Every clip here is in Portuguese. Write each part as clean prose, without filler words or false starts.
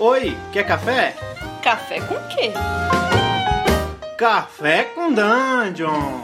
Oi, quer café? Café com quê? Café com Dungeon!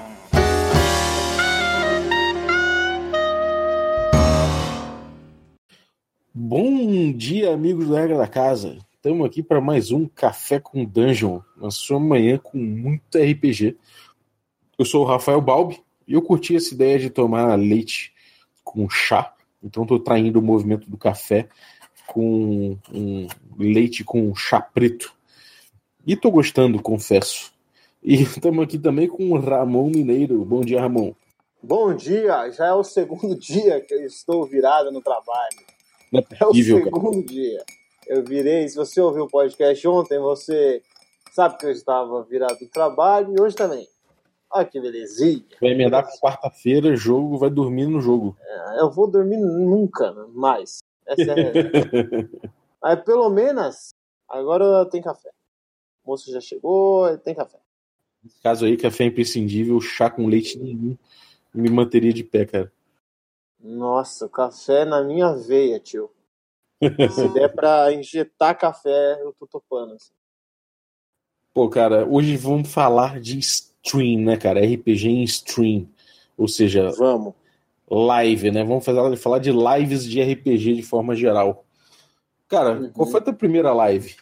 Bom dia, amigos do Regra da Casa. Estamos aqui para mais um Café com Dungeon, na sua manhã com muito RPG. Eu sou o Rafael Balbi e eu curti essa ideia de tomar leite com chá. Então estou traindo o movimento do café com um leite com chá preto. E estou gostando, confesso. E estamos aqui também com o Ramon Mineiro. Bom dia, Ramon. Bom dia, já é o segundo dia que eu estou virado no trabalho. Não é possível, o segundo dia. Eu virei, se você ouviu o podcast ontem, você sabe que eu estava virado no trabalho e hoje também. Olha que belezinha. Vai emendar com quarta-feira, jogo, vai dormir no jogo. Eu vou dormir nunca mais. Essa é a realidade. Mas pelo menos, agora tem café. O moço já chegou, tem café. Nesse caso aí, café é imprescindível, chá com leite nenhum me manteria de pé, cara. Nossa, café na minha veia, tio. Se der pra injetar café, eu tô topando. Assim. Pô, cara, hoje vamos falar de stream, né, cara? RPG em stream. Ou seja, vamos. Live, né? Vamos falar de lives de RPG de forma geral. Cara, Qual foi a tua primeira live?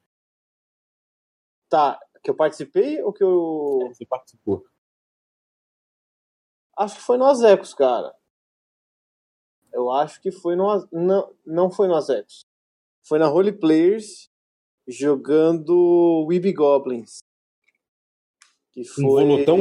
Tá, que eu participei ou que eu... Você participou? Acho que foi no Azecos, cara. Eu acho que foi no... Não foi no Azecos. Foi na Holy Players, jogando Weeby Goblins. Que foi... Volutão?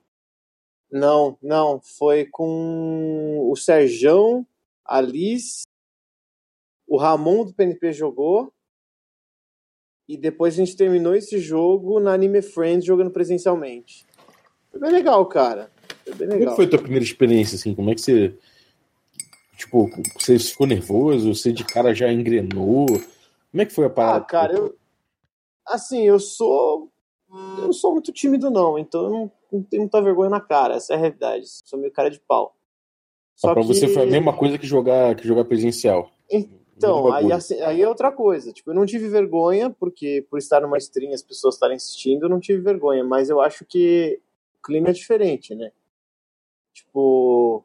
Não. Foi com o Serjão, a Liz, o Ramon do PNP jogou. E depois a gente terminou esse jogo na Anime Friends jogando presencialmente. Foi bem legal, cara. Foi bem legal. Como foi a tua primeira experiência, assim? Como é que você... Tipo, você ficou nervoso? Você de cara já engrenou? Como é que foi a parada? Cara, eu sou muito tímido, não. Então eu não tenho muita vergonha na cara. Essa é a realidade. Sou meio cara de pau. Só pra você foi a mesma coisa que jogar presencial. Então, aí é outra coisa. Tipo, eu não tive vergonha, porque por estar numa stream as pessoas estarem assistindo, eu não tive vergonha. Mas eu acho que o clima é diferente, né? Tipo,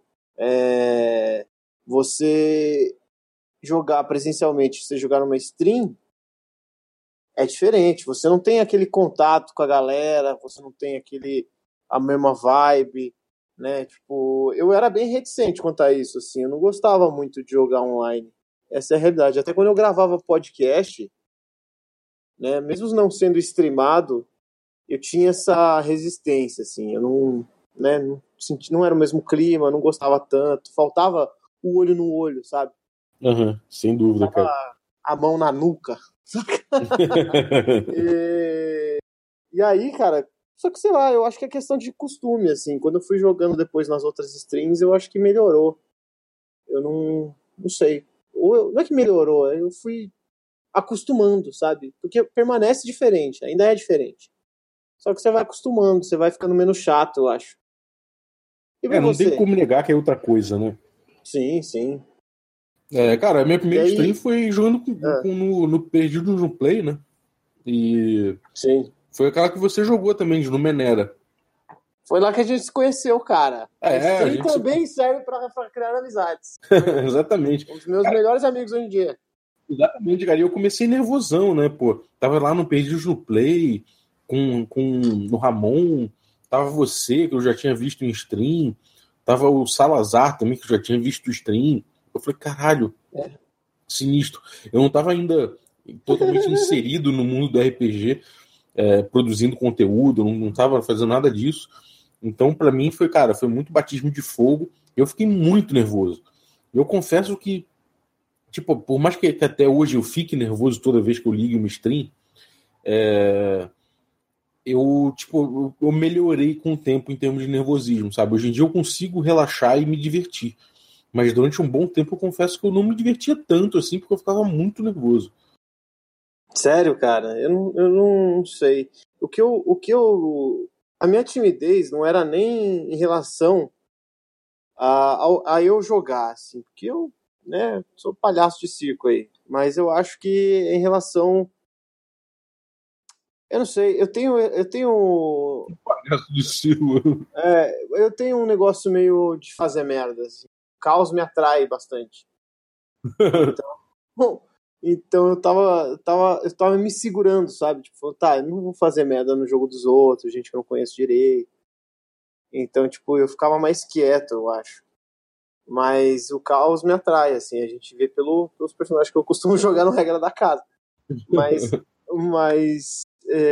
você jogar presencialmente, você jogar numa stream, é diferente. Você não tem aquele contato com a galera, você não tem a mesma vibe, né? Tipo, eu era bem reticente quanto a isso, assim. Eu não gostava muito de jogar online. Essa é a realidade. Até quando eu gravava podcast, né, mesmo não sendo streamado, eu tinha essa resistência, assim. Eu não era o mesmo clima, não gostava tanto. Faltava o olho no olho, sabe? Sem dúvida, faltava cara. a mão na nuca. E aí, cara, só que sei lá, eu acho que é questão de costume, assim. Quando eu fui jogando depois nas outras streams, eu acho que melhorou. Eu não sei. Não é que melhorou, eu fui acostumando, sabe? Porque permanece diferente, ainda é diferente. Só que você vai acostumando, você vai ficando menos chato, eu acho. E não tem como negar que é outra coisa, né? Sim. Cara, a minha primeira stream foi jogando no Perdidos no Play, né? E sim. Foi aquela que você jogou também, de Numenera. Foi lá que a gente se conheceu, cara. A gente também serve pra criar amizades. Exatamente. Um dos meus melhores amigos hoje em dia. Exatamente, cara. E eu comecei nervosão, né, pô? Tava lá no Perdidos no Play, com o Ramon, tava você, que eu já tinha visto em stream, tava o Salazar também, que eu já tinha visto o stream. Eu falei, caralho, sinistro. Eu não tava ainda totalmente inserido no mundo do RPG, produzindo conteúdo, não tava fazendo nada disso. Então, pra mim, foi muito batismo de fogo. Eu fiquei muito nervoso. Eu confesso que, tipo, por mais que até hoje eu fique nervoso toda vez que eu ligo uma stream, eu melhorei com o tempo em termos de nervosismo, sabe? Hoje em dia eu consigo relaxar e me divertir. Mas durante um bom tempo eu confesso que eu não me divertia tanto assim, porque eu ficava muito nervoso. Sério, cara? Eu não sei. A minha timidez não era nem em relação a eu jogar, assim, porque eu né? Sou palhaço de circo aí. Mas eu acho que em relação... Eu não sei, Palhaço de Silva. eu tenho um negócio meio de fazer merda, assim. O caos me atrai bastante. Bom, então eu tava me segurando, sabe? Tipo, falando, tá, eu não vou fazer merda no jogo dos outros, gente que eu não conheço direito. Então, tipo, eu ficava mais quieto, eu acho. Mas o caos me atrai, assim, a gente vê pelos personagens que eu costumo jogar no regra da casa. Mas, mas,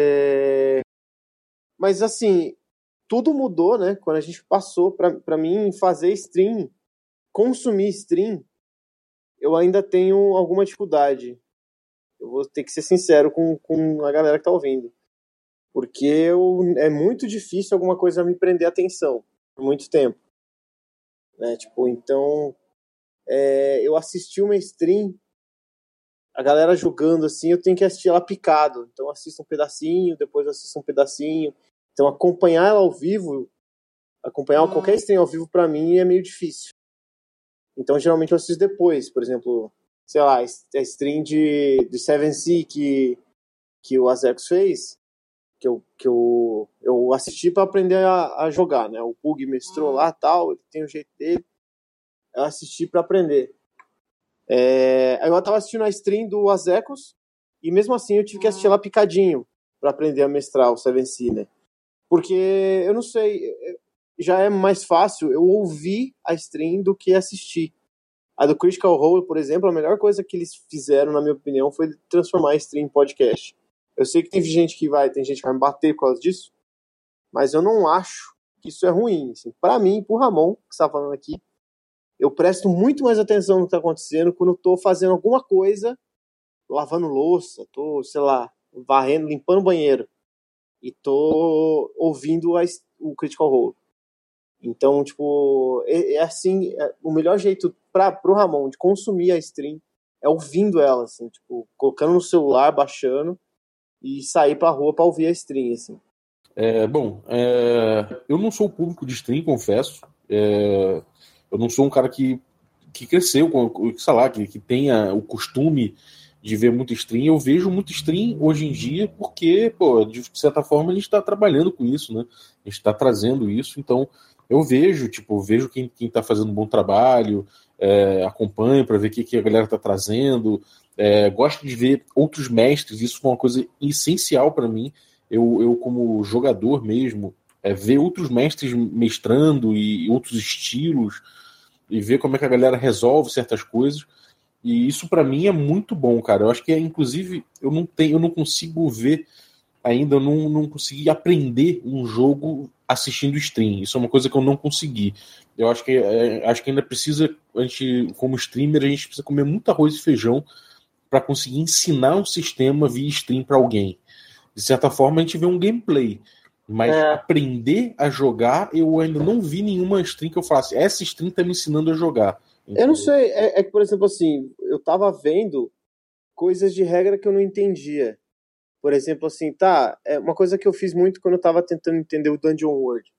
mas assim, tudo mudou, né? Quando a gente passou pra mim fazer stream, consumir stream, eu ainda tenho alguma dificuldade. Eu vou ter que ser sincero com a galera que tá ouvindo. Porque é muito difícil alguma coisa me prender a atenção por muito tempo. Né? Tipo, então, eu assisti uma stream, a galera jogando assim, eu tenho que assistir ela picado. Então, eu assisto um pedacinho, depois eu assisto um pedacinho. Então, acompanhar ela ao vivo, acompanhar qualquer stream ao vivo pra mim é meio difícil. Então, geralmente eu assisto depois. Por exemplo, sei lá, a stream de 7C que o Azex fez, que eu assisti para aprender a jogar, né? O Pug mestrou lá, tal, ele tem o jeito dele. Eu assisti para aprender. Aí eu tava assistindo a stream do Azecos e mesmo assim eu tive que assistir ela picadinho para aprender a mestrar o 7C, né? Porque eu não sei, já é mais fácil eu ouvir a stream do que assistir. A do Critical Role, por exemplo, a melhor coisa que eles fizeram, na minha opinião, foi transformar a stream em podcast. Eu sei que tem gente que vai me bater por causa disso, mas eu não acho que isso é ruim. Assim. Para mim, pro Ramon, que está falando aqui, eu presto muito mais atenção no que está acontecendo quando eu tô fazendo alguma coisa, lavando louça, tô, sei lá, varrendo, limpando o banheiro, e tô ouvindo o Critical Role. Então, tipo, assim, o melhor jeito pro Ramon de consumir a stream é ouvindo ela, assim, tipo, colocando no celular, baixando, e sair pra rua pra ouvir a stream, assim. Eu não sou o público de stream, confesso. Eu não sou um cara que cresceu com, sei lá, que tenha o costume de ver muito stream. Eu vejo muito stream hoje em dia porque, pô, de certa forma a gente está trabalhando com isso, né? A gente está trazendo isso, então eu vejo quem tá fazendo um bom trabalho, acompanho para ver o que a galera tá trazendo, gosto de ver outros mestres, isso foi uma coisa essencial para mim. Eu, como jogador mesmo, ver outros mestres mestrando e outros estilos e ver como é que a galera resolve certas coisas. E isso para mim é muito bom, cara. Eu acho que inclusive eu não consigo ver ainda, eu não consegui aprender um jogo assistindo stream. Isso é uma coisa que eu não consegui. Eu acho que ainda precisa, a gente, como streamer, a gente precisa comer muito arroz e feijão para conseguir ensinar um sistema via stream para alguém. De certa forma, a gente vê um gameplay. Mas aprender a jogar, eu ainda não vi nenhuma stream que eu falasse, essa stream tá me ensinando a jogar. Eu não sei, que, por exemplo, assim, eu tava vendo coisas de regra que eu não entendia. Por exemplo, assim, uma coisa que eu fiz muito quando eu tava tentando entender o Dungeon World.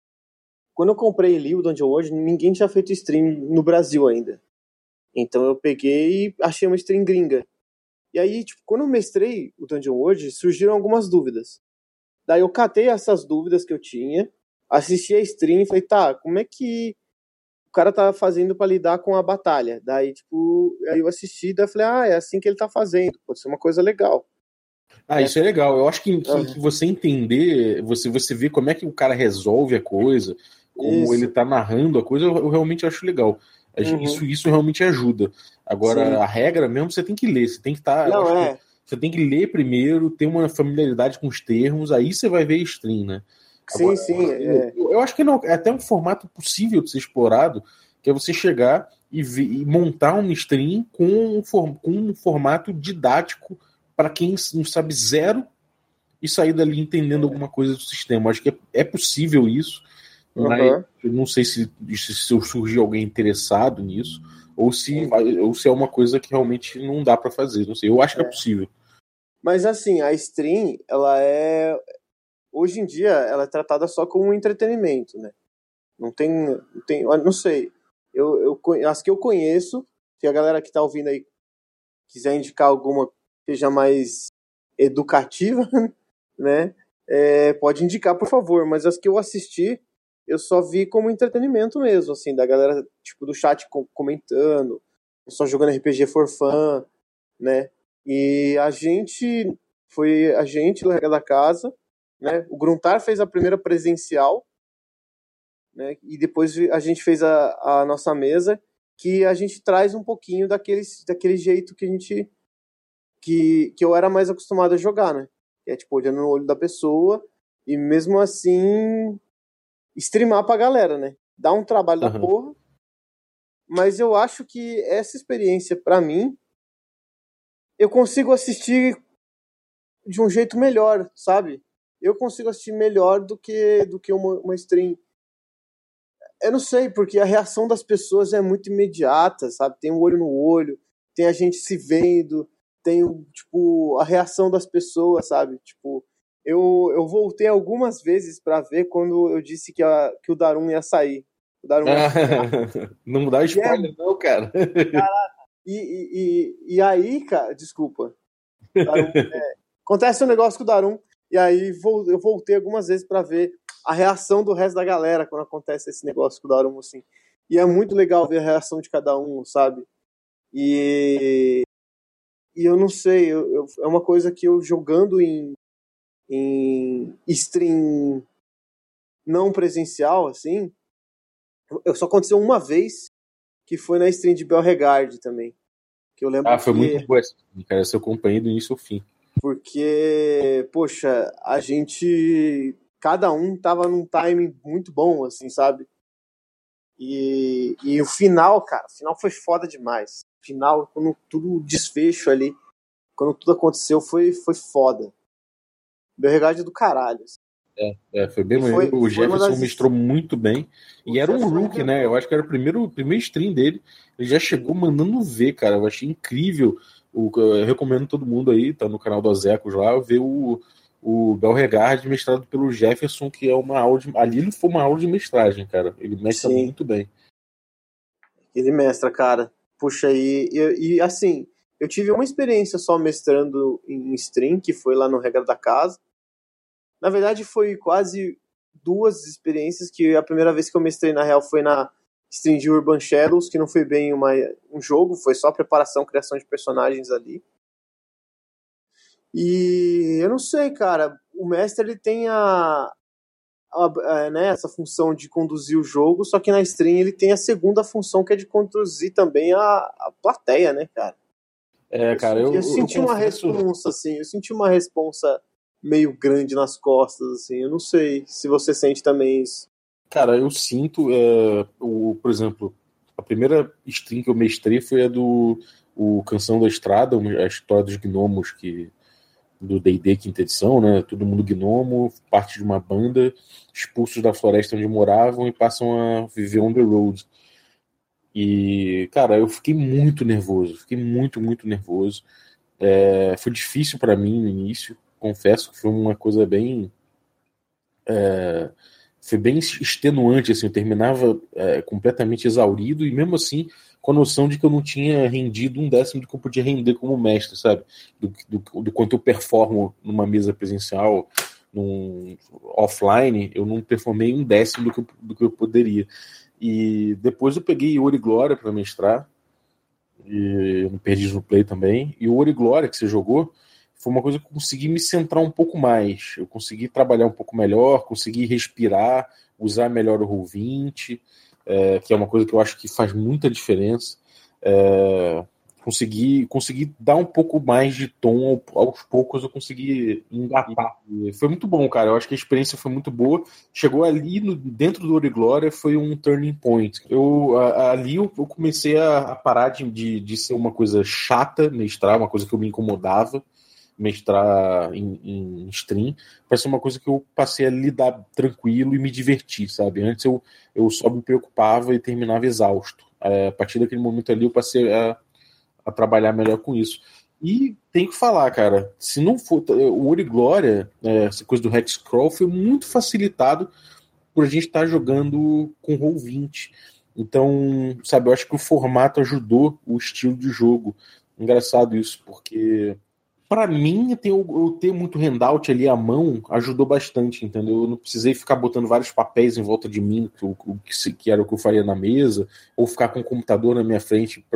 Quando eu comprei ali o Dungeon World, ninguém tinha feito stream no Brasil ainda. Então eu peguei e achei uma stream gringa. E aí, tipo, quando eu mestrei o Dungeon World, surgiram algumas dúvidas. Daí eu catei essas dúvidas que eu tinha, assisti a stream e falei, como é que o cara tá fazendo pra lidar com a batalha? Daí, tipo, aí eu assisti e falei, é assim que ele tá fazendo, pode ser uma coisa legal. Isso é legal. Eu acho que você entender, você ver como é que o cara resolve a coisa, como ele tá narrando a coisa, eu realmente acho legal. Isso realmente ajuda. Agora, sim, a regra mesmo, você tem que ler, você tem que estar. Você tem que ler primeiro, ter uma familiaridade com os termos, aí você vai ver stream, né? Agora, sim. Eu acho que é até um formato possível de ser explorado, que é você chegar e montar um stream com um formato didático para quem não sabe zero e sair dali entendendo alguma coisa do sistema. Acho que é possível isso, mas eu não sei se surgir alguém interessado nisso ou se é uma coisa que realmente não dá para fazer. Não sei, eu acho que é possível. Mas assim, a stream, hoje em dia, ela é tratada só como um entretenimento, né? Não sei. As que eu conheço, Se a galera que tá ouvindo aí quiser indicar alguma que seja mais educativa, né? Pode indicar, por favor. Mas as que eu assisti, eu só vi como entretenimento mesmo, assim, da galera, tipo, do chat comentando, só jogando RPG for fun, né? E foi a gente, Regra da Casa, né? O Gruntar fez a primeira presencial, né? E depois a gente fez a nossa mesa, que a gente traz um pouquinho daquele jeito que a gente que eu era mais acostumado a jogar, né? É tipo, olhando no olho da pessoa e mesmo assim streamar pra galera, né? Dá um trabalho da porra, mas eu acho que essa experiência, pra mim, eu consigo assistir de um jeito melhor, sabe? Eu consigo assistir melhor do que uma stream. Eu não sei, porque a reação das pessoas é muito imediata, sabe? Tem um olho no olho, tem a gente se vendo, tem, tipo, a reação das pessoas, sabe? Tipo, eu voltei algumas vezes pra ver quando eu disse que o Darum ia sair. O Darum ia sair. Não dá spoiler, não, cara. Caraca. E aí, cara, desculpa. Darum, acontece um negócio com o Darum, e aí eu voltei algumas vezes pra ver a reação do resto da galera quando acontece esse negócio com o Darum, assim. E é muito legal ver a reação de cada um, sabe? E eu não sei, é uma coisa que eu jogando em stream não presencial, assim, só aconteceu uma vez, que foi na stream de Belregard também. Que eu lembro foi muito boa essa, cara. Eu acompanhei do início ao fim. Porque, poxa, a gente... Cada um tava num timing muito bom, assim, sabe? E o final, cara, o final foi foda demais. O final, quando tudo desfecho ali, quando tudo aconteceu, foi foda. Belregard é do caralho. Assim. Foi bem maneiro. O Jefferson mestrou muito bem. E era um rookie, né? Eu acho que era o primeiro stream dele. Ele já chegou mandando ver, cara. Eu achei incrível. Eu recomendo todo mundo aí, tá no canal do Azecos lá, ver o Belregard mestrado pelo Jefferson, que é uma aula ali não foi uma aula de mestragem, cara. Ele mestra muito bem. Ele mestra, cara. Puxa, e assim, eu tive uma experiência só mestrando em stream, que foi lá no Regra da Casa. Na verdade, foi quase 2 experiências, que a primeira vez que eu mestrei, na real, foi na stream de Urban Shadows, que não foi bem um jogo, foi só preparação, criação de personagens ali. E eu não sei, cara, o mestre ele tem né, essa função de conduzir o jogo, só que na stream ele tem a segunda função, que é de conduzir também a plateia, né, cara? Eu senti uma responsa, assim, eu senti uma responsa meio grande nas costas, assim, eu não sei se você sente também isso. Cara, eu sinto, por exemplo, a primeira stream que eu mestrei foi a do Canção da Estrada, a história dos gnomos do D&D quinta edição, né? Todo mundo gnomo, parte de uma banda, expulsos da floresta onde moravam e passam a viver on the road. E, cara, eu fiquei muito nervoso, fiquei muito, muito nervoso. Foi difícil para mim no início, confesso que foi uma coisa bem... foi bem extenuante, assim, eu terminava completamente exaurido e mesmo assim com a noção de que eu não tinha rendido 1/10 do que eu podia render como mestre, sabe? Do quanto eu performo numa mesa presencial, offline, eu não performei 1/10 do que eu poderia. E depois eu peguei Ouro e Glória para mestrar, e eu não perdi no play também, e o Ouro e Glória que você jogou foi uma coisa que eu consegui me centrar um pouco mais, eu consegui trabalhar um pouco melhor, consegui respirar, usar melhor o Roll20, que é uma coisa que eu acho que faz muita diferença, consegui dar um pouco mais de tom, aos poucos eu consegui engatar. Foi muito bom, cara, eu acho que a experiência foi muito boa, chegou ali dentro do Ouro e Glória, foi um turning point. Ali eu comecei a parar de ser uma coisa chata, mestrar, uma coisa que eu me incomodava, mestrar em stream, para ser uma coisa que eu passei a lidar tranquilo e me divertir, sabe? Antes eu só me preocupava e terminava exausto. A partir daquele momento ali eu passei a trabalhar melhor com isso. E tem que falar, cara, se não for o Ouro e Glória, essa coisa do Hexcrawl foi muito facilitado por a gente estar jogando com Roll20. Então, sabe, eu acho que o formato ajudou o estilo de jogo. Engraçado isso, porque para mim eu ter muito handout ali à mão ajudou bastante, entendeu? Eu não precisei ficar botando vários papéis em volta de mim, que era o que eu faria na mesa, ou ficar com o computador na minha frente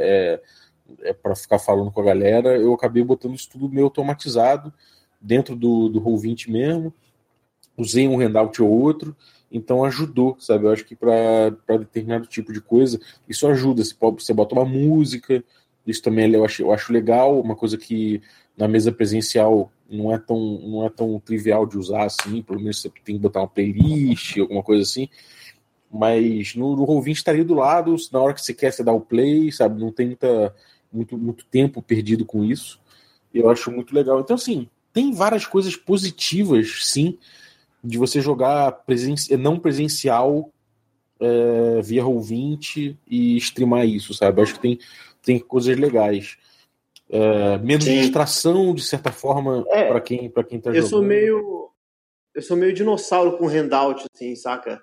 para ficar falando com a galera. Eu acabei botando isso tudo meio automatizado dentro do Roll20 mesmo. Usei um handout ou outro, então ajudou, sabe? Eu acho que para determinado tipo de coisa, isso ajuda. Você bota uma música, isso também eu acho legal, uma coisa que na mesa presencial não é tão trivial de usar assim, pelo menos você tem que botar uma playlist, alguma coisa assim, mas no Roll20 está ali do lado, na hora que você quer, você dá o play, sabe? Não tem muito tempo perdido com isso, e eu acho muito legal. Então, assim, tem várias coisas positivas, sim, de você jogar não presencial via Roll20 e streamar isso, sabe? Eu acho que tem coisas legais. Menos Sim. distração, de certa forma, para quem tá jogando. Eu sou meio dinossauro com handout, assim, saca?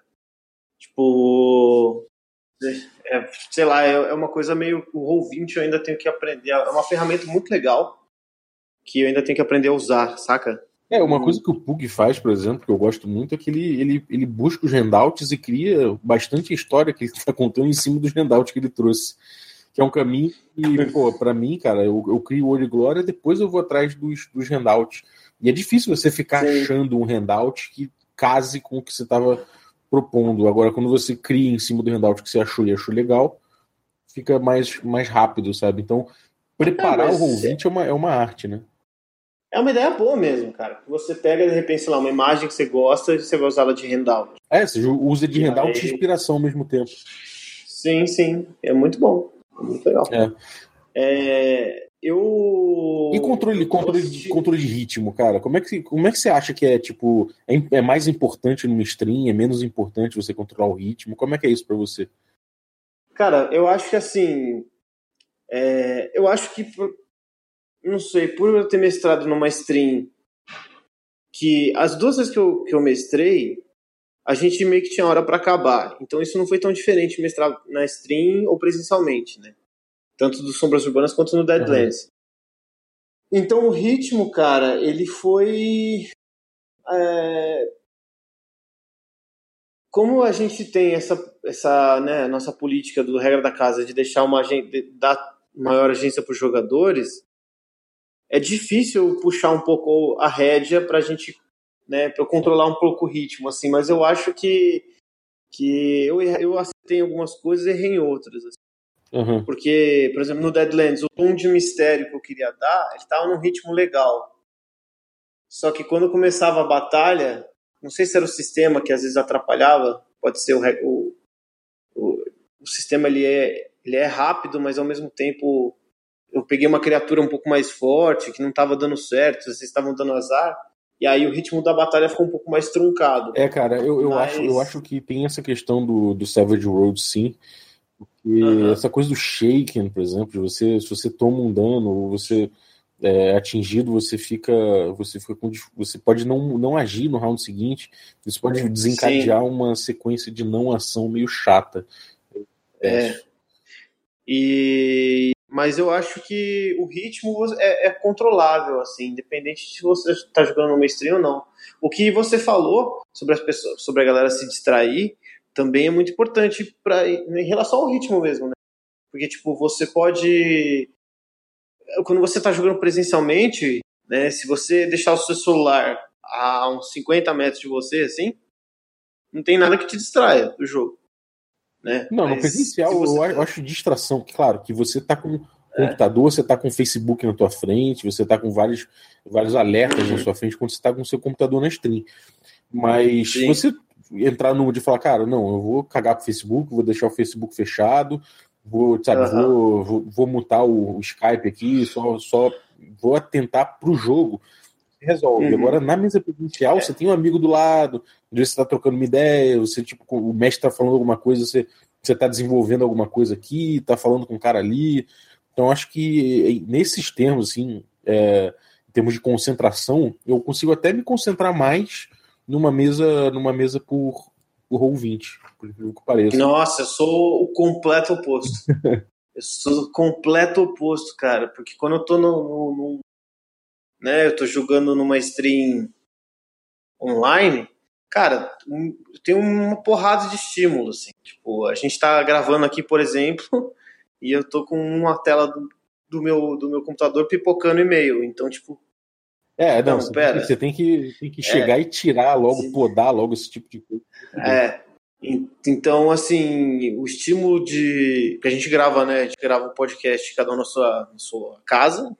Tipo, sei lá, é uma coisa meio... O Roll20 eu ainda tenho que aprender. É uma ferramenta muito legal que eu ainda tenho que aprender a usar, saca? Uma coisa que o Pug faz, por exemplo, que eu gosto muito, é que ele busca os handouts e cria bastante história que ele está contando em cima dos handouts que ele trouxe. Que é um caminho que, pô, pra mim, cara, eu crio o Olho e Glória, depois eu vou atrás dos handouts. E é difícil você ficar achando um handout que case com o que você estava propondo. Agora, quando você cria em cima do handout que você achou e achou legal, fica mais rápido, sabe? Então, preparar o Roll20 é uma arte, né? É uma ideia boa mesmo, cara. Você pega, de repente, sei lá, uma imagem que você gosta e você vai usar ela de handout. Você usa de handout e inspiração ao mesmo tempo. Sim, sim. É muito bom. É muito legal. E controle de ritmo, cara? Como é que você acha que tipo, é mais importante numa stream, é menos importante você controlar o ritmo? Como é que é isso pra você? Cara, eu acho que assim, eu acho que, não sei, por eu ter mestrado numa stream, que as duas vezes que eu mestrei, a gente meio que tinha hora pra acabar. Então isso não foi tão diferente mestrar na stream ou presencialmente, né? Tanto do Sombras Urbanas quanto no Deadlands. Então o ritmo, cara, ele foi... Como a gente tem essa né, nossa política do regra da casa de deixar dar maior agência para os jogadores, é difícil puxar um pouco a rédea pra gente, né, para eu controlar um pouco o ritmo, assim, mas eu acho que eu acertei em algumas coisas e errei em outras, assim. Porque, por exemplo, no Deadlands, o tom de mistério que eu queria dar, ele estava num ritmo legal. Só que quando começava a batalha, não sei se era o sistema que às vezes atrapalhava, pode ser o sistema, ele é rápido, mas ao mesmo tempo eu peguei uma criatura um pouco mais forte, que não estava dando certo, vocês estavam dando azar, e aí o ritmo da batalha ficou um pouco mais truncado. Cara, eu acho que tem essa questão do Savage Worlds, sim. Porque essa coisa do shaken, por exemplo, se você toma um dano ou você é atingido, você pode não agir no round seguinte, isso pode desencadear uma sequência de não ação meio chata. Mas eu acho que o ritmo é controlável, assim, independente de se você está jogando numa stream ou não. O que você falou sobre as pessoas, sobre a galera se distrair, também é muito importante em relação ao ritmo mesmo, né? Porque, tipo, você pode... Quando você está jogando presencialmente, né, se você deixar o seu celular a uns 50 metros de você, assim, não tem nada que te distraia do jogo. Né? Não, no presencial eu acho distração. Claro, que você tá com computador, você tá com o Facebook na tua frente, você tá com vários alertas na sua frente quando você tá com o seu computador na stream. Mas se você entrar no de falar, cara, não, eu vou cagar pro Facebook, vou deixar o Facebook fechado, vou mutar o Skype aqui, só vou atentar pro jogo, resolve. Agora, na mesa presencial, você tem um amigo do lado, onde você tá trocando uma ideia, você, tipo, o mestre tá falando alguma coisa, você tá desenvolvendo alguma coisa aqui, tá falando com um cara ali. Então, acho que nesses termos, assim, em termos de concentração, eu consigo até me concentrar mais numa mesa o Roll20, por incrível que pareça. Nossa, eu sou o completo oposto. Eu sou o completo oposto, cara, porque quando eu tô né, eu tô jogando numa stream online, cara, tem uma porrada de estímulo, assim. Tipo, a gente tá gravando aqui, por exemplo, e eu tô com uma tela do meu computador pipocando e-mail. Então, tipo, Não, pera. Você tem que chegar e tirar logo, podar logo esse tipo de coisa. Então, assim, o estímulo que a gente grava, né? A gente grava um podcast, cada um na sua casa.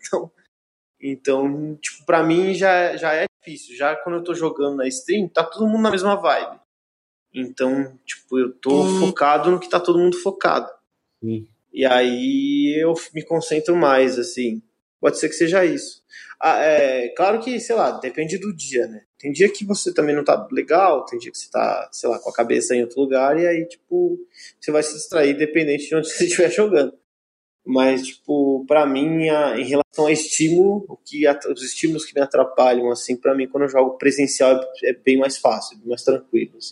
Então, tipo, pra mim já é difícil. Já quando eu tô jogando na stream, tá todo mundo na mesma vibe. Então, tipo, eu tô focado no que tá todo mundo focado. Sim. E aí eu me concentro mais, assim. Pode ser que seja isso. Claro que, sei lá, depende do dia, né? Tem dia que você também não tá legal, tem dia que você tá, sei lá, com a cabeça em outro lugar, e aí, tipo, você vai se distrair dependente de onde você estiver jogando. Mas, tipo, pra mim, em relação a estímulo, os estímulos que me atrapalham, assim, pra mim, quando eu jogo presencial é bem mais fácil, bem mais tranquilo, assim.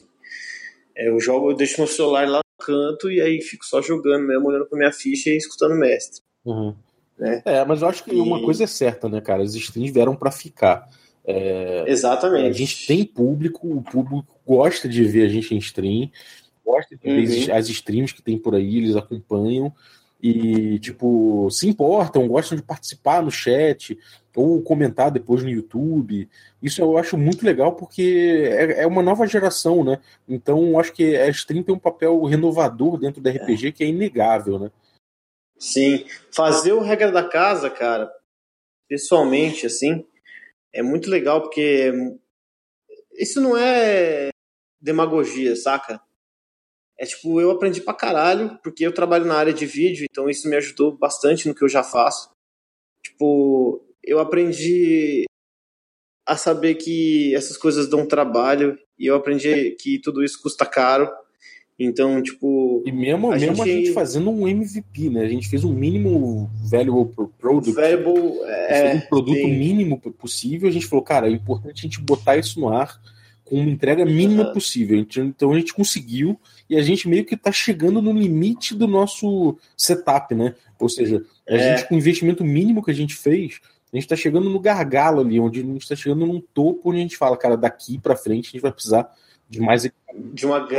Eu deixo meu celular lá no canto e aí fico só jogando mesmo, olhando pra minha ficha e escutando o mestre. Uhum. Né? Mas eu acho que uma coisa é certa, né, cara? As streams vieram pra ficar. Exatamente. A gente tem público, o público gosta de ver a gente em stream, gosta de ver as streams que tem por aí, eles acompanham e, tipo, se importam, gostam de participar no chat ou comentar depois no YouTube. Isso eu acho muito legal porque é uma nova geração, né? Então eu acho que a stream tem um papel renovador dentro da RPG que é inegável, né? Sim. Fazer o regra da casa, cara, pessoalmente, assim, é muito legal porque isso não é demagogia, saca? Tipo, eu aprendi pra caralho, porque eu trabalho na área de vídeo, então isso me ajudou bastante no que eu já faço. Tipo, eu aprendi a saber que essas coisas dão trabalho, e eu aprendi que tudo isso custa caro. Então, tipo... E mesmo a gente fazendo um MVP, né? A gente fez um mínimo valuable product. Fez um produto mínimo possível. A gente falou, cara, é importante a gente botar isso no ar com uma entrega mínima possível. Então a gente conseguiu e a gente meio que tá chegando no limite do nosso setup, né? Ou seja, a gente com o investimento mínimo que a gente fez, a gente tá chegando no gargalo ali, onde a gente tá chegando num topo onde a gente fala, cara, daqui pra frente a gente vai precisar de mais equipamento. De uma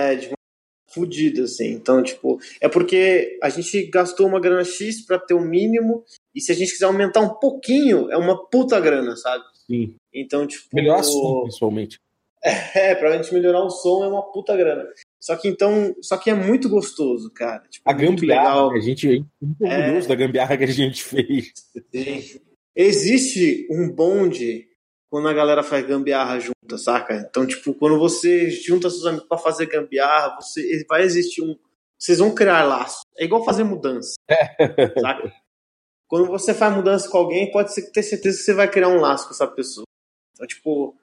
fudida, assim. Então, tipo, é porque a gente gastou uma grana X pra ter o mínimo, e se a gente quiser aumentar um pouquinho, é uma puta grana, sabe? Sim. Então, tipo... Melhorar som, principalmente. Pra gente melhorar o som é uma puta grana. Só que é muito gostoso, cara. Tipo, a gambiarra, a gente é muito orgulhoso da gambiarra que a gente fez. Sim. Existe um bonde quando a galera faz gambiarra junta, saca? Então, tipo, quando você junta seus amigos pra fazer gambiarra, vai existir vocês vão criar laço. É igual fazer mudança, saca? Quando você faz mudança com alguém, pode ter certeza que você vai criar um laço com essa pessoa. Então, tipo,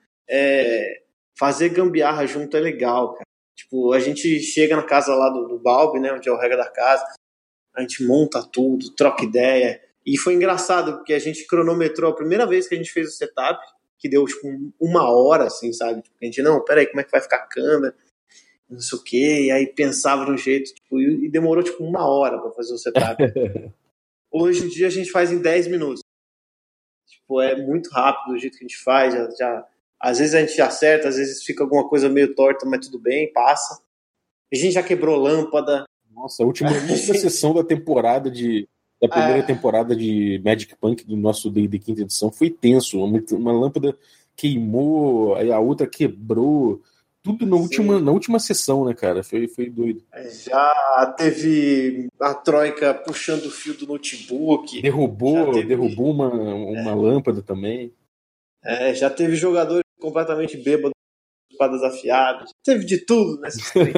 fazer gambiarra junto é legal, cara. Tipo, a gente chega na casa lá do Balbi, né, onde é o regra da casa, a gente monta tudo, troca ideia. E foi engraçado, porque a gente cronometrou a primeira vez que a gente fez o setup, que deu, tipo, 1 hora, assim, sabe? Tipo, a gente, não, peraí, como é que vai ficar a câmera? Não sei o quê. E aí pensava de um jeito, tipo, e demorou, tipo, 1 hora pra fazer o setup. Hoje em dia a gente faz em 10 minutos. Tipo, é muito rápido o jeito que a gente faz, às vezes a gente acerta, às vezes fica alguma coisa meio torta, mas tudo bem, passa. A gente já quebrou lâmpada. Nossa, a última sessão da temporada da primeira temporada de Magic Punk do nosso D&D quinta edição foi tenso. Uma lâmpada queimou, aí a outra quebrou. Tudo na última sessão, né, cara? Foi doido. Já teve a Troika puxando o fio do notebook. Derrubou uma lâmpada também. Já teve jogadores completamente bêbados, espadas afiadas. Teve de tudo nessa stream.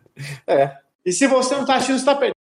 E se você não tá assistindo, você tá perdendo.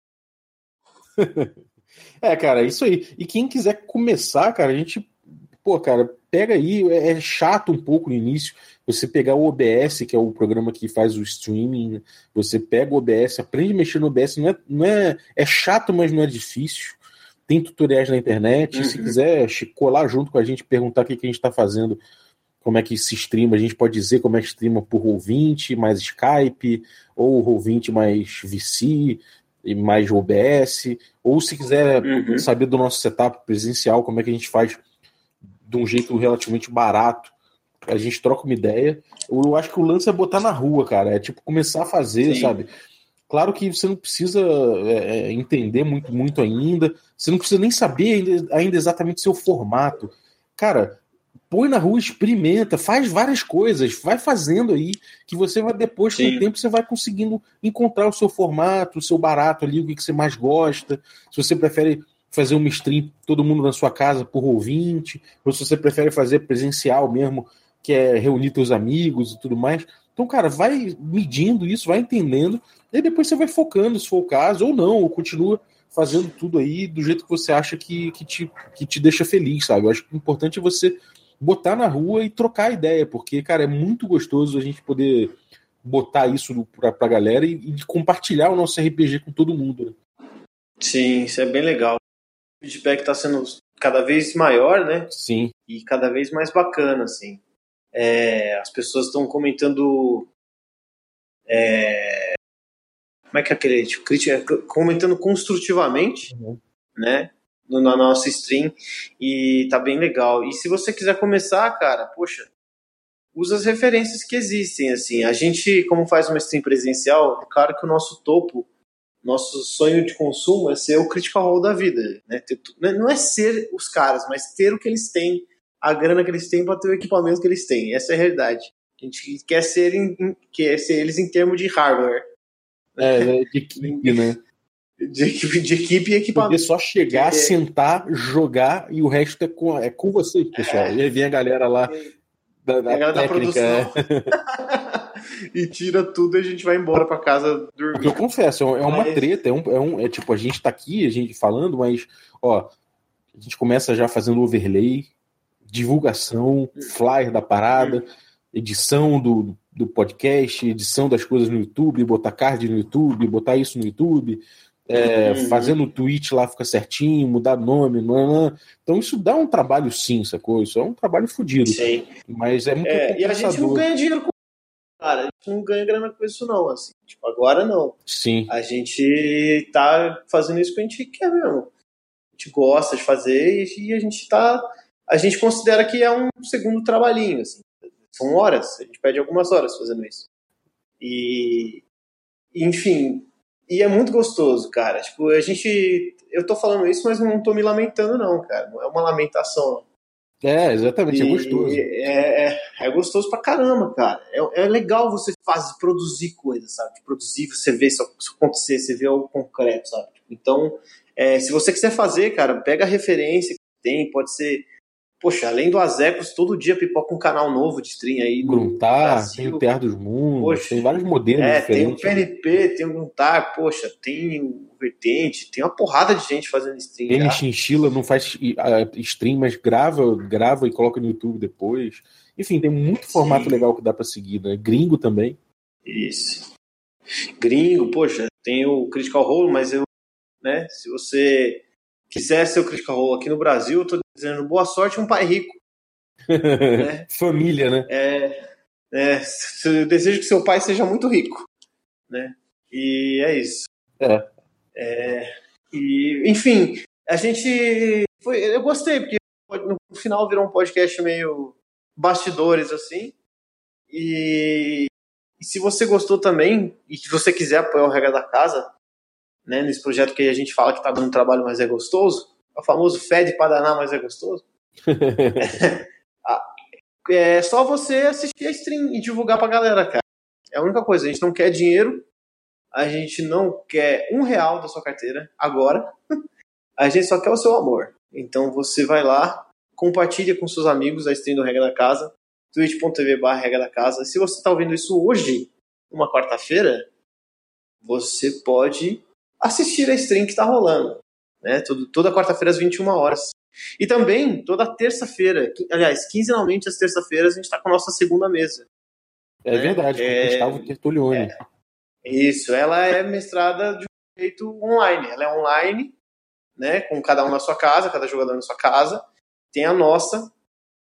Cara, isso aí. E quem quiser começar, cara, a gente... Pô, cara, pega aí, é chato um pouco no início, você pegar o OBS, que é o programa que faz o streaming, né? Você pega o OBS, aprende a mexer no OBS, é chato, mas não é difícil. Tem tutoriais na internet, se quiser colar junto com a gente, perguntar o que a gente tá fazendo, como é que se streama, a gente pode dizer como é que streama por Roll20 mais Skype, ou Roll20 mais VC, e mais OBS, ou se quiser saber do nosso setup presencial, como é que a gente faz de um jeito relativamente barato, a gente troca uma ideia. Eu acho que o lance é botar na rua, cara, é tipo começar a fazer, Sim. sabe? Claro que você não precisa entender muito ainda, você não precisa nem saber ainda exatamente seu formato. Cara, põe na rua, experimenta, faz várias coisas, vai fazendo aí, que você vai depois, com o tempo, você vai conseguindo encontrar o seu formato, o seu barato ali, o que você mais gosta. Se você prefere fazer uma stream todo mundo na sua casa por Roll20, ou se você prefere fazer presencial mesmo, que é reunir teus amigos e tudo mais. Então, cara, vai medindo isso, vai entendendo, e depois você vai focando, se for o caso, ou não, ou continua fazendo tudo aí do jeito que você acha que te deixa feliz, sabe? Eu acho que o importante é você botar na rua e trocar ideia, porque, cara, é muito gostoso a gente poder botar isso pra galera e compartilhar o nosso RPG com todo mundo, né? Sim, isso é bem legal. O feedback está sendo cada vez maior, né? Sim. E cada vez mais bacana, assim. As pessoas estão comentando... como é que é aquele... Tipo, comentando construtivamente, né? Na nossa stream. E tá bem legal. E se você quiser começar, cara, poxa, usa as referências que existem, assim. A gente, como faz uma stream presencial, é claro que o nosso topo, nosso sonho de consumo é ser o Critical Role da vida, né? Não é ser os caras, mas ter o que eles têm, a grana que eles têm para ter o equipamento que eles têm. Essa é a realidade. A gente quer ser eles em termos de hardware. De equipe, né? De equipe e equipamento. Poder só chegar, sentar, jogar e o resto é com vocês, pessoal. E aí vem a galera lá da técnica. E tira tudo e a gente vai embora pra casa dormir. Porque eu confesso, é uma treta, é tipo, a gente tá aqui, a gente falando, mas, ó, a gente começa já fazendo overlay, divulgação, flyer da parada, edição do podcast, edição das coisas no YouTube, botar card no YouTube, botar isso no YouTube, fazendo o tweet lá fica certinho, mudar nome, então isso dá um trabalho sim, sacou? Isso é um trabalho fodido. Sim. Mas é muito e a gente não ganha dinheiro com cara, a gente não ganha grana com isso não, assim, tipo, agora não. Sim. A gente tá fazendo isso que a gente quer mesmo. A gente gosta de fazer e a gente considera que é um segundo trabalhinho, assim. São horas, a gente perde algumas horas fazendo isso. E enfim, e é muito gostoso, cara. Tipo, eu tô falando isso, mas não tô me lamentando não, cara. Não é uma lamentação. Exatamente, é gostoso. É gostoso pra caramba, cara. É legal você produzir coisas, sabe? Produzir, você vê isso acontecer, você vê algo concreto, sabe? Então, se você quiser fazer, cara, pega a referência que tem, pode ser... Poxa, além do Azecos, todo dia pipoca um canal novo de stream aí. Gruntar, tem o Terra dos Mundos, poxa, tem vários modelos diferentes. Tem o PNP, tem o Gruntar, poxa, tem o Vertente, tem uma porrada de gente fazendo stream. Ele Chinchila não faz stream, mas grava e coloca no YouTube depois. Enfim, tem muito formato legal que dá pra seguir, né? Gringo também. Isso. Gringo, poxa, tem o Critical Role, mas né, se você quiser ser o Critical Role aqui no Brasil, eu tô dizendo boa sorte, um pai rico. Né? Família, né? Eu desejo que seu pai seja muito rico, né? E é isso. E, enfim, a gente eu gostei, porque no final virou um podcast meio bastidores, assim. E se você gostou também, e se você quiser apoiar o Regra da Casa, né, nesse projeto que a gente fala que tá dando trabalho, mas é gostoso, o famoso fede pra danar, mas é gostoso. É só você assistir a stream e divulgar pra galera, cara. É a única coisa, a gente não quer dinheiro, a gente não quer R$1 da sua carteira agora, a gente só quer o seu amor. Então você vai lá, compartilha com seus amigos a stream do Regra da Casa, twitch.tv/Regra da Casa. Se você tá ouvindo isso hoje, uma quarta-feira, você pode assistir a stream que tá rolando, né? Toda quarta-feira às 21 horas. E também, toda terça-feira, aliás, quinzenalmente às terça-feiras, a gente tá com a nossa segunda mesa. É verdade, com o Gustavo Tertulione. Isso, ela é mestrada de um jeito online. Ela é online, né? Com cada um na sua casa, cada jogador na sua casa. Tem a nossa,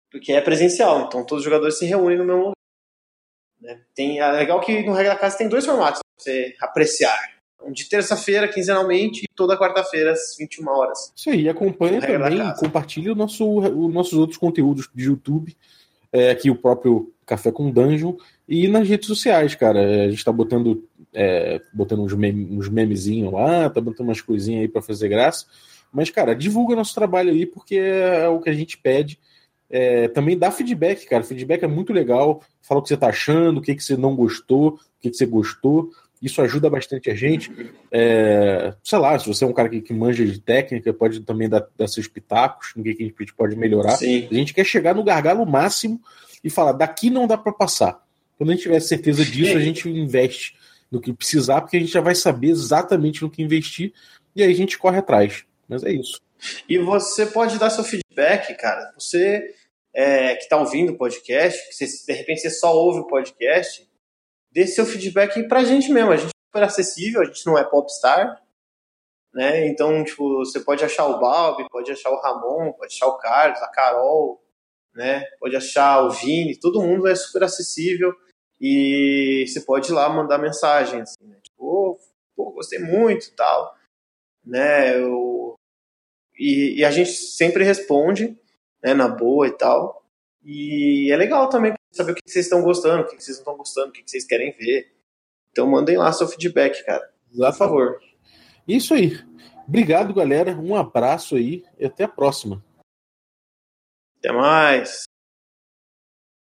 Porque é presencial, então todos os jogadores se reúnem no mesmo lugar. Né? É legal que no Regra da Casa tem 2 formatos para você apreciar. De terça-feira, quinzenalmente, e toda quarta-feira, às 21 horas. Isso aí, acompanha também, compartilha os nossos outros conteúdos de YouTube, aqui o próprio Café com Dungeon, e nas redes sociais, cara. A gente tá botando uns memezinhos lá, tá botando umas coisinhas aí pra fazer graça. Mas, cara, divulga nosso trabalho aí, porque é o que a gente pede. Também dá feedback, cara. Feedback é muito legal. Fala o que você tá achando, o que você não gostou, o que você gostou. Isso ajuda bastante a gente. Sei lá, se você é um cara que manja de técnica, pode também dar seus pitacos no que a gente pode melhorar. Sim. A gente quer chegar no gargalo máximo e falar, daqui não dá para passar. Quando a gente tiver certeza disso, a gente investe no que precisar, porque a gente já vai saber exatamente no que investir, e aí a gente corre atrás. Mas é isso. E você pode dar seu feedback, cara. Você que está ouvindo o podcast, que de repente você só ouve o podcast, dê seu feedback pra gente mesmo. A gente é super acessível, a gente não é popstar, né? Então, tipo, você pode achar o Balbi, pode achar o Ramon, pode achar o Carlos, a Carol, né? Pode achar o Vini, todo mundo é super acessível e você pode ir lá mandar mensagem, assim, né? Tipo, gostei muito e tal, né? E a gente sempre responde, né, na boa e tal. E é legal também saber o que vocês estão gostando, o que vocês não estão gostando, o que vocês querem ver. Então mandem lá seu feedback, cara. Por favor. Isso aí. Obrigado, galera. Um abraço aí e até a próxima. Até mais.